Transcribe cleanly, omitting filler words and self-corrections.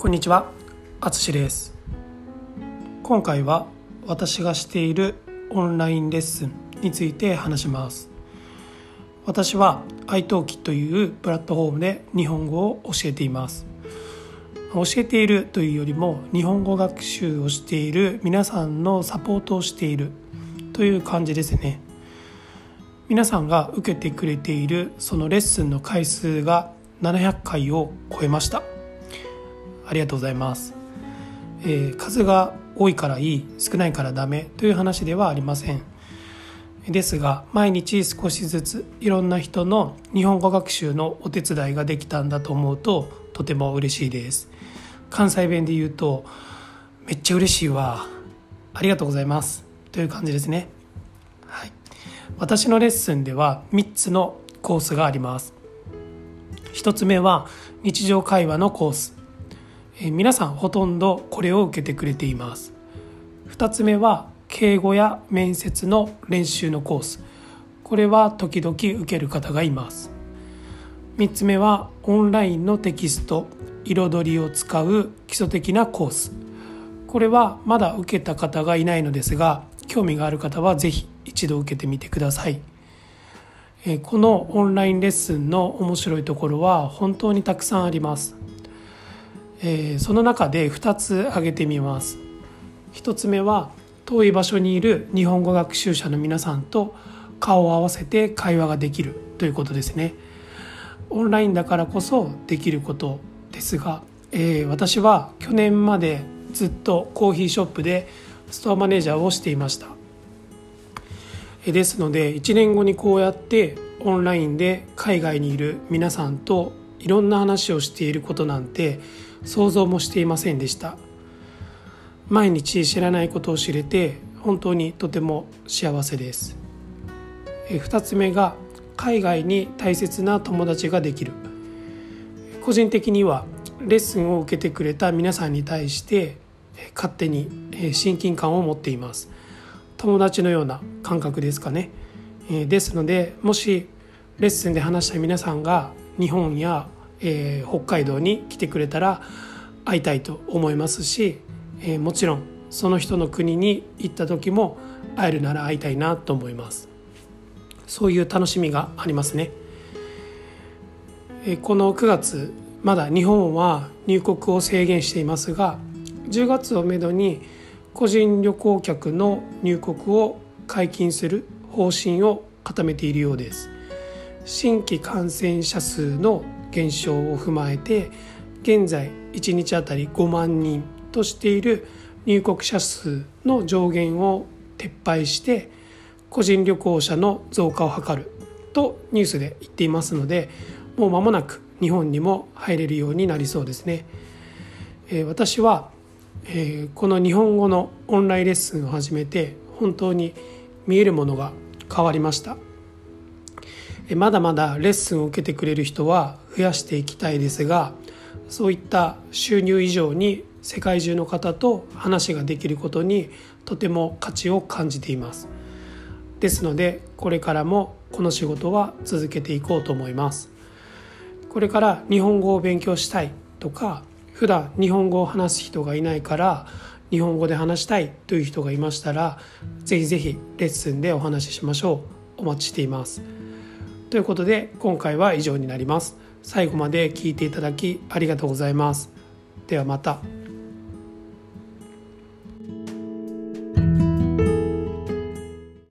こんにちは、あつしです。今回は私がしているオンラインレッスンについて話します。私は iTalki というプラットフォームで日本語を教えています。教えているというよりも日本語学習をしている皆さんのサポートをしているという感じですね。皆さんが受けてくれているそのレッスンの回数が700回を超えました。ありがとうございます。数が多いからいい、少ないからダメという話ではありません。ですが、毎日少しずついろんな人の日本語学習のお手伝いができたんだと思うととても嬉しいです。関西弁で言うと、めっちゃ嬉しいわ、ありがとうございますという感じですね。はい、私のレッスンでは3つのコースがあります。1つ目は日常会話のコース。皆さんほとんどこれを受けてくれています。2つ目は敬語や面接の練習のコース。これは時々受ける方がいます。3つ目はオンラインのテキスト、彩りを使う基礎的なコース。これはまだ受けた方がいないのですが、興味がある方はぜひ一度受けてみてください。このオンラインレッスンの面白いところは本当にたくさんあります。その中で2つ挙げてみます。1つ目は遠い場所にいる日本語学習者の皆さんと顔を合わせて会話ができるということですね。オンラインだからこそできることですが、私は去年までずっとコーヒーショップでストアマネージャーをしていました。ですので1年後にこうやってオンラインで海外にいる皆さんといろんな話をしていることなんて想像もしていませんでした。毎日知らないことを知れて本当にとても幸せです。2つ目が海外に大切な友達ができる。個人的にはレッスンを受けてくれた皆さんに対して勝手に親近感を持っています。友達のような感覚ですかね。ですので、もしレッスンで話した皆さんが日本や北海道に来てくれたら会いたいと思いますし、もちろんその人の国に行った時も会えるなら会いたいなと思います。そういう楽しみがありますね。この9月まだ日本は入国を制限していますが、10月をめどに個人旅行客の入国を解禁する方針を固めているようです。新規感染者数の減少を踏まえて、現在1日あたり5万人としている入国者数の上限を撤廃して個人旅行者の増加を図るとニュースで言っていますので、もう間もなく日本にも入れるようになりそうですね。私はこの日本語のオンラインレッスンを始めて本当に見えるものが変わりました。まだまだレッスンを受けてくれる人は増やしていきたいですが、そういった収入以上に世界中の方と話ができることにとても価値を感じています。ですのでこれからもこの仕事は続けていこうと思います。これから日本語を勉強したいとか、普段日本語を話す人がいないから日本語で話したいという人がいましたら、ぜひぜひレッスンでお話ししましょう。お待ちしています。ということで今回は以上になります。最後まで聞いていただきありがとうございます。ではまた。